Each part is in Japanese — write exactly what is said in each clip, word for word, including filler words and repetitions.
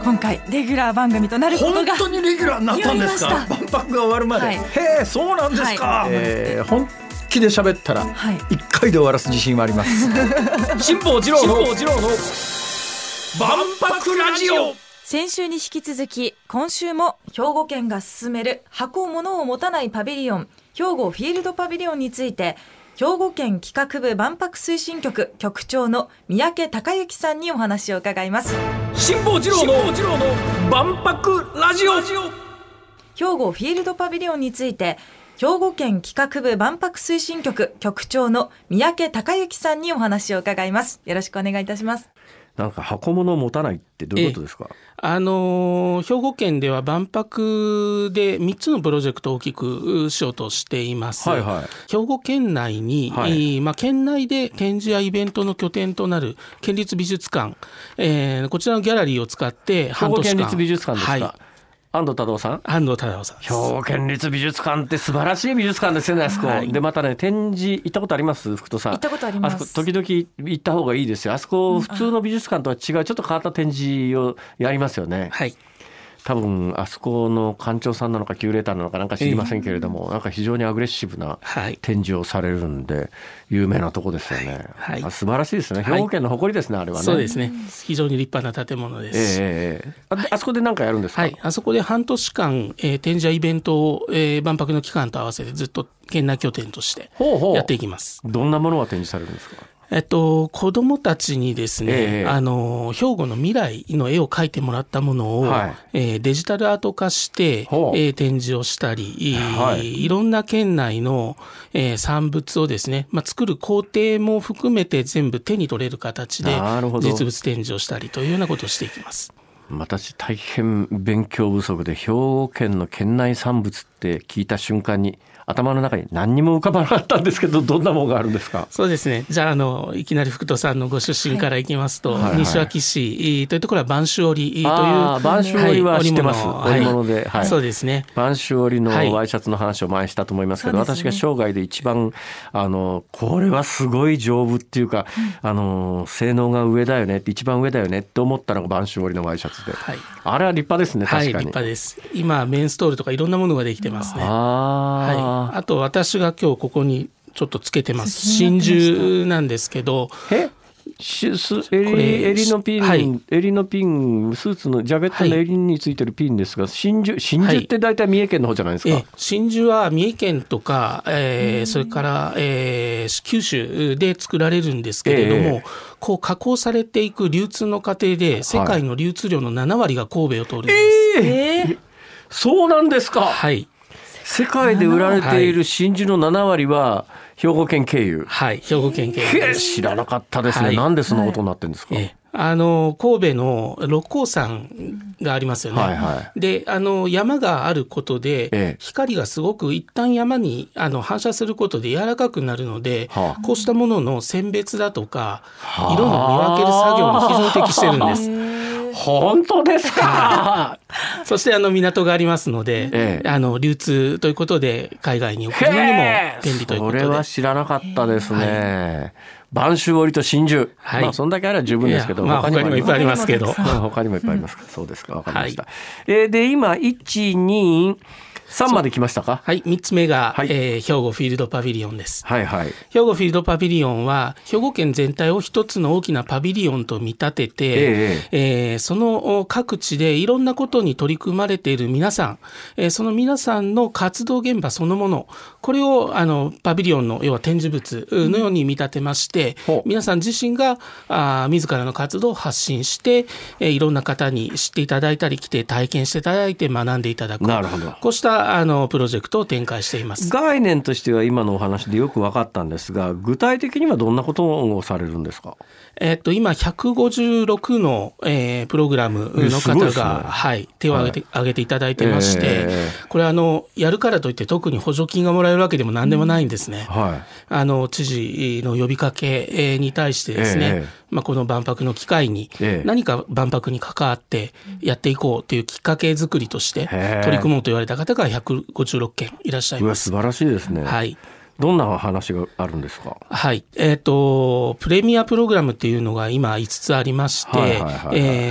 今回レギュラー番組となることが本当にレギュラーになったんですか。万博が終わるまで、はい、へえそうなんですか、はい、えー、本気で喋ったらいっかいで終わらす自信はあります辛坊治郎の万博ラジオ。 先週に引き続き今週も兵庫県が進める箱物を持たないパビリオン、兵庫フィールドパビリオンについて兵庫県企画部万博推進局局長の三宅孝之さんにお話を伺います。 辛坊治郎の万博ラジオ。 兵庫フィールドパビリオンについて兵庫県企画部万博推進局局長の三宅孝之さんにお話を伺います。よろしくお願いいたします。 なんか箱物を持たないってどういうことですか。 あの兵庫県では万博でみっつのプロジェクトを大きくしようとしています、はいはい、兵庫県内に、はいまあ、県内で展示やイベントの拠点となる県立美術館、えー、こちらのギャラリーを使って半年間、 兵庫県立美術館ですか、はい安藤忠雄さん安藤忠雄さんです。 兵庫県立美術館って素晴らしい美術館ですよね、あそこ、はい、でまたね展示行ったことあります？福戸さん。 行ったことあります。 あそこ時々行った方がいいですよ。あそこ普通の美術館とは違うちょっと変わった展示をやりますよね。 はい多分あそこの館長さんなのかキュレーターなのかなんか知りませんけれども、えー、なんか非常にアグレッシブな展示をされるんで、はい、有名なとこですよね、はいはい、素晴らしいですね。兵庫県の誇りですね、はい、あれはね。 そうですね、非常に立派な建物です、 えーあ, あそこで何かやるんですか。 はい、あそこで半年間、えー、展示やイベントを、えー、万博の期間と合わせてずっと県内拠点としてやっていきます。 ほうほう。どんなものが展示されるんですか。 えっと、子どもたちにですね、えー、あの兵庫の未来の絵を描いてもらったものを、はいえー、デジタルアート化して、えー、展示をしたり、はい、いろんな県内の、えー、産物をですね、まあ、作る工程も含めて全部手に取れる形で実物展示をしたりというようなことをしていきます。 私大変勉強不足で兵庫県の県内産物って聞いた瞬間に頭の中に何にも浮かばなかったんですけど、どんなものがあるんですか。 そうですね、じゃあ、 あのいきなり福戸さんのご出身からいきますと、はい、西脇市というところは播州織という播州織は知ってます、はい、織物で、はい、 そうですね、 播州織のワイシャツの話を前にしたと思いますけど、はい、私が生涯で一番あのこれはすごい丈夫っていうか、うん、あの性能が上だよねって一番上だよねって思ったのが播州織のワイシャツで、はい、あれは立派ですね。確かに、はい、 立派です。今メンストールとかいろんなものができてますね。 あ、 はい、あと私が今日ここにちょっとつけてます真珠なんですけど、 え襟, 襟のピン、はい、襟のピンスーツのジャケットの襟についてるピンですが、真珠、真珠って大体三重県の方じゃないですか。 はい、え真珠は三重県とか、えー、それから、えー、九州で作られるんですけれども、えー、こう加工されていく流通の過程で世界の流通量のななわりが神戸を通るんです。 はい、えー、そうなんですか。 はい、 世界で売られている真珠のななわりは兵庫県経由。 はい、兵庫県経由です。 知らなかったですね、はい、なんでそんなことになってるんですか。はい、えあの神戸の六甲山がありますよね、はいはい、であの山があることで、ええ、光がすごく一旦山にあの反射することで柔らかくなるので、はあ、こうしたものの選別だとか、はあ、色の見分ける作業に非常に適してるんです。 本当ですか。 そしてあの港がありますので、ええ、あの流通ということで海外に送るのにも便利ということで。 それは知らなかったですね。播州織と真珠、はい、まあそんだけあれば十分ですけど、 まあ、他にもいっぱいありますけど他にもいっぱいありますか。そうですか、わかりました。はい、えー、で今いち、に、さんまで来ましたか。 はい、みっつめが、はい、えー、兵庫フィールドパビリオンです。 はいはい、 兵庫フィールドパビリオンは兵庫県全体を一つの大きなパビリオンと見立てて、えーえー、その各地でいろんなことに取り組まれている皆さん、えー、その皆さんの活動現場そのもの、これをあのパビリオンの要は展示物のように見立てまして、うん、皆さん自身があ自らの活動を発信して、えー、いろんな方に知っていただいたり来て体験していただいて学んでいただく。 なるほど。 こうしたあのプロジェクトを展開しています。 概念としては今のお話でよく分かったんですが、具体的にはどんなことをされるんですか。 えー、っと今ひゃくごじゅうろくの、えー、プログラムの方が、ね、はい、手を挙げて、はい、挙げていただいてまして、えー、これあのやるからといって特に補助金がもらえるわけでも何でもないんですね。うん、はい、あの知事の呼びかけに対してですね、えーまあ、この万博の機会に何か万博に関わってやっていこうというきっかけ作りとして取り組もうと言われた方がひゃくごじゅうろっけんいらっしゃいます。 うわ素晴らしいですね。 はい、 どんな話があるんですか？ はい、えーと、プレミアプログラムっていうのが今いつつありまして、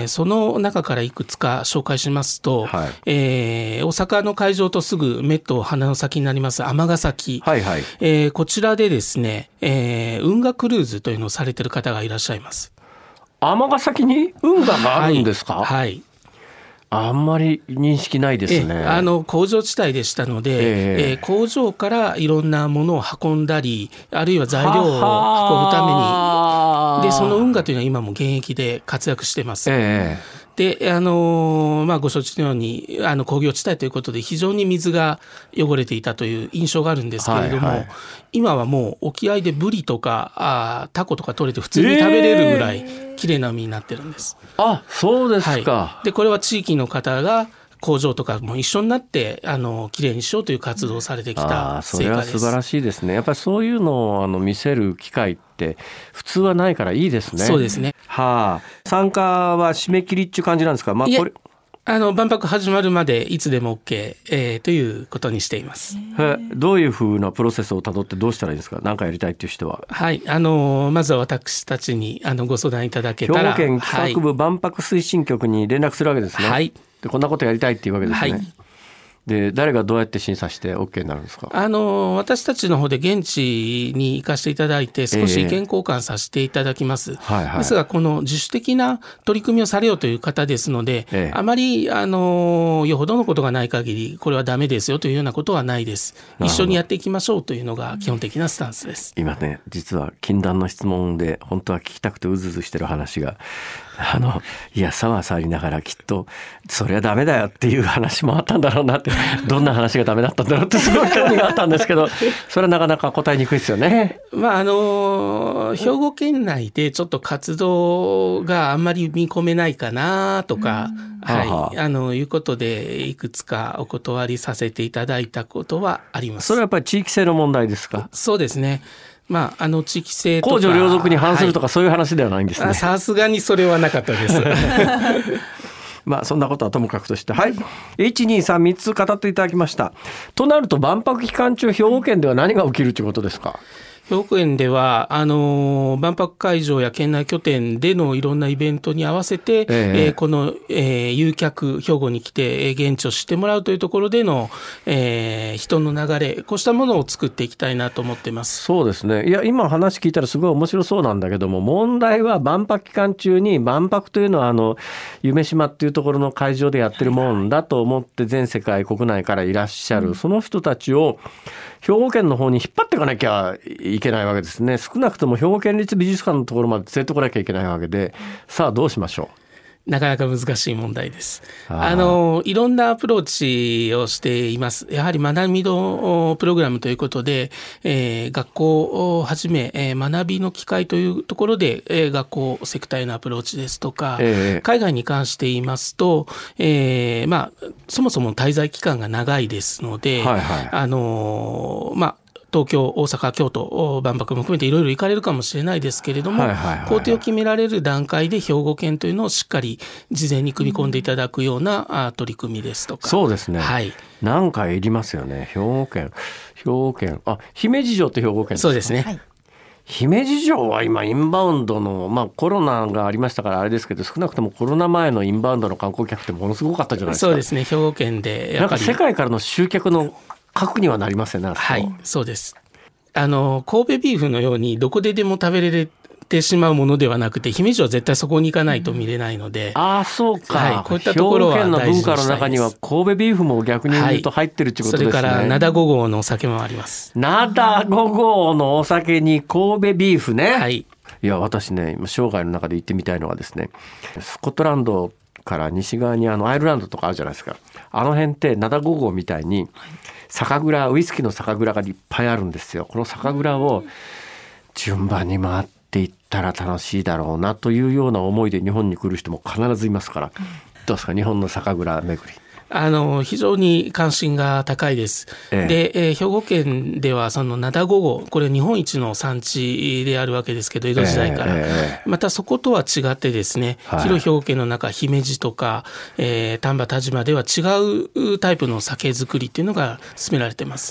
その中からいくつか紹介しますと、はい、えー、大阪の会場とすぐ目と鼻の先になります尼崎、はいはい、えー、こちらでですね、えー、運河クルーズというのをされている方がいらっしゃいます。 尼崎に運河があるんですか？ はい、はい、 あんまり認識ないですね。 あの工場地帯でしたので、えーえー、工場からいろんなものを運んだり、あるいは材料を運ぶために、でその運河というのは今も現役で活躍してます。えーであのまあ、ご承知のようにあの工業地帯ということで非常に水が汚れていたという印象があるんですけれども、はいはい、今はもう沖合でブリとかあタコとか取れて普通に食べれるぐらいきれいな海になってるんです。 えー、あ、そうですか。 はい、でこれは地域の方が工場とかも一緒になってあのきれいにしようという活動をされてきた成果です。 それは素晴らしいですね。やっぱりそういうのをあの見せる機会って普通はないからいいですね。 そうですね。 はあ、参加は締め切りっていう感じなんですか？まあ、これあの万博始まるまでいつでも OK、えー、ということにしています。 どういうふうなプロセスをたどってどうしたらいいですか？何かやりたいっていう人は。 はい、あのまずは私たちにあのご相談いただけたら、 兵庫県企画部万博推進局に連絡するわけですね。はい、でこんなことやりたいっていうわけですね。はい、で誰がどうやって審査して OK になるんですか？ あの私たちの方で現地に行かせていただいて少し意見交換させていただきます。えーはいはい、ですがこの自主的な取り組みをされようという方ですので、えー、あまりあのよほどのことがない限りこれはダメですよというようなことはないです。一緒にやっていきましょうというのが基本的なスタンスです。 今ね、実は禁断の質問で本当は聞きたくてうずうずしてる話があのいやさわさわりながらきっとそれはダメだよっていう話もあったんだろうなって、どんな話がダメだったんだろうってすごい興味があったんですけど、それはなかなか答えにくいですよね。 まああの兵庫県内でちょっと活動があんまり見込めないかなとか、はい、はあ、あのいうことでいくつかお断りさせていただいたことはあります。 それはやっぱり地域性の問題ですか？ そうですね。まあ、あの地域性とか公序良俗に反するとか、はい、そういう話ではないんですね。 さすがにそれはなかったですまあそんなことはともかくとして、はい、いちにさんみっつ語っていただきました。となると万博期間中兵庫県では何が起きるということですか？ 兵庫県ではあの万博会場や県内拠点でのいろんなイベントに合わせて、えーえー、この、えー、誘客兵庫に来て現地を知ってもらうというところでの、えー、人の流れ、こうしたものを作っていきたいなと思っています。 そうですね。いや今話聞いたらすごい面白そうなんだけども、問題は万博期間中に万博というのはあの夢洲っていうところの会場でやってるもんだと思って全世界国内からいらっしゃる、うん、その人たちを兵庫県の方に引っ張っていかなきゃいけないわけですね。少なくとも兵庫県立美術館のところまで連れてこなきゃいけないわけで、さあどうしましょう。 なかなか難しい問題です。ああのいろんなアプローチをしています。やはり学びのプログラムということで、えー、学校をはじめ、えー、学びの機会というところで、えー、学校セクターへのアプローチですとか、えー、海外に関して言いますと、えーまあ、そもそも滞在期間が長いですので、はいはい、あのまあ東京、大阪、京都、万博も含めていろいろ行かれるかもしれないですけれども、はいはいはいはい、工程を決められる段階で兵庫県というのをしっかり事前に組み込んでいただくような取り組みですとか。 そうですね、 はい、 なんかいりますよね。兵庫県兵庫県あ姫路城って兵庫県ですか？ そうですね、はい、 姫路城は今インバウンドの、まあ、コロナがありましたからあれですけど、少なくともコロナ前のインバウンドの観光客ってものすごかったじゃないですか。 そうですね、兵庫県でやっぱりなんか世界からの集客の核にはなりますよね。 はい、そうです。あの神戸ビーフのようにどこででも食べれてしまうものではなくて、姫路は絶対そこに行かないと見れないので、うん、 ああそうか、はい、 こういったところは兵庫県の文化の中には神戸ビーフも逆に言うと入ってるってことですね、 はい、それから灘ご号のお酒もあります。 灘ご号のお酒に神戸ビーフね、 はい、 いや私ね生涯の中で行ってみたいのはですね、スコットランドから西側にあのアイルランドとかあるじゃないですか。あの辺って灘ご号みたいに酒蔵、ウイスキーの酒蔵がいっぱいあるんですよ。この酒蔵を順番に回っていったら楽しいだろうなというような思いで日本に来る人も必ずいますから、どうですか日本の酒蔵巡り。 あの非常に関心が高いです、ええでえー、兵庫県ではその灘ご号、これ日本一の産地であるわけですけど、江戸時代から、ええ、またそことは違ってですね、はい、広い兵庫県の中姫路とか、えー、丹波田島では違うタイプの酒造りっていうのが進められています。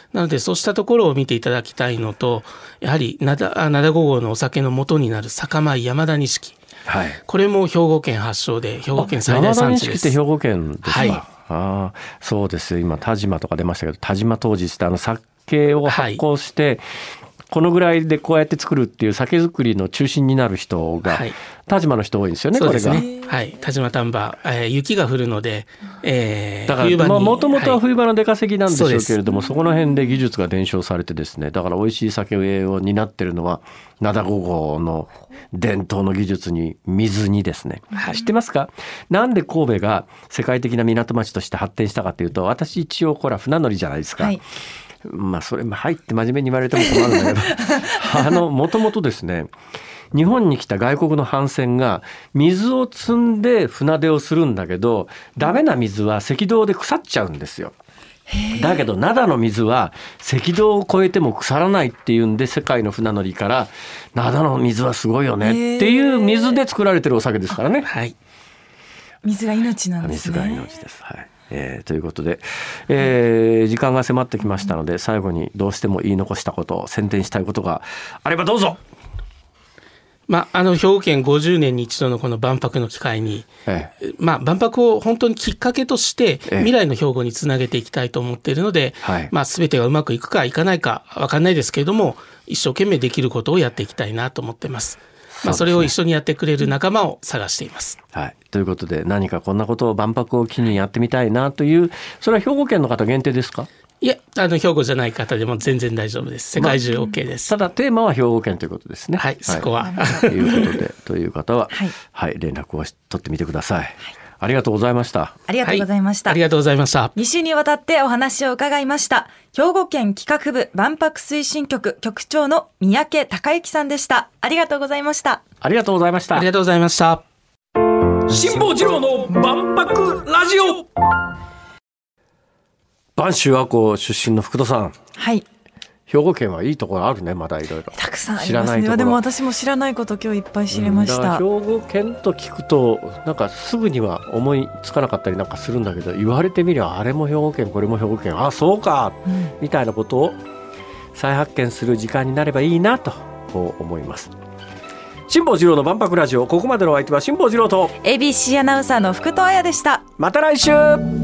なのでそうしたところを見ていただきたいのと、やはり灘灘ご号のお酒の元になる酒米山田錦、はい、これも兵庫県発祥で兵庫県最大産地です。 山田錦って兵庫県ですか。 はい、 あそうです。今田島とか出ましたけど、田島当時ってあの酒を発酵して、はい、このぐらいでこうやって作るっていう酒造りの中心になる人が、はい、田島の人多いんですよね。 そうですね、 これが、 はい、田島丹波、えー、雪が降るので、えー、 だからもともとは冬場の出稼ぎなんでしょうけれども、はい、そ, そこの辺で技術が伝承されてですね、だから美味しい酒を担ってるのは灘ご号の伝統の技術に水にですね、はい、知ってますか。なんで神戸が世界的な港町として発展したかというと、私一応ほら船乗りじゃないですか、はい、まあそれも入って真面目に言われても困るんだけどあのもともとですね、日本に来た外国の帆船が水を積んで船出をするんだけど、ダメな水は赤道で腐っちゃうんですよ。だけど灘の水は赤道を越えても腐らないっていうんで、世界の船乗りから灘の水はすごいよねっていう水で作られてるお酒ですからね。 はい、水が命なんですね。 水が命です。はい、えー、ということで、えー、時間が迫ってきましたので、最後にどうしても言い残したこと、宣伝したいことがあればどうぞ。 まあ、あの兵庫県ごじゅうねんに一度のこの万博の機会に、ええまあ、万博を本当にきっかけとして未来の兵庫につなげていきたいと思っているので、ええまあ、全てがうまくいくかいかないか分かんないですけれども、一生懸命できることをやっていきたいなと思っています。まあ、それを一緒にやってくれる仲間を探しています。 はい、ということで、何かこんなことを万博を機にやってみたいなという、それは兵庫県の方限定ですか。 いや、あの兵庫じゃない方でも全然大丈夫です。世界中 OK です。 まあ、ただテーマは兵庫県ということですね。 はい、そこは、 はい、ということでという方は、はいはい、連絡を取ってみてください。はい、ありがとうございました。 ありがとうございました。 はい、ありがとうございました。 に週にわたってお話を伺いました。兵庫県企画部万博推進局局長の三宅孝之さんでした。ありがとうございました。 ありがとうございました。 ありがとうございました。 辛坊治郎の万博ラジオ。播州赤穂出身の福田さん、 はい、 兵庫県はいいところあるね。まだいろいろたくさんありますね。でも私も知らないこと今日いっぱい知れました。 うん、兵庫県と聞くとなんかすぐには思いつかなかったりなんかするんだけど、言われてみればあれも兵庫県これも兵庫県、あそうか、うん、みたいなことを再発見する時間になればいいなとこう思います。辛坊治郎の万博ラジオ、ここまでのお相手は辛坊治郎とエービーシー アナウンサーの福藤彩でした。 また来週。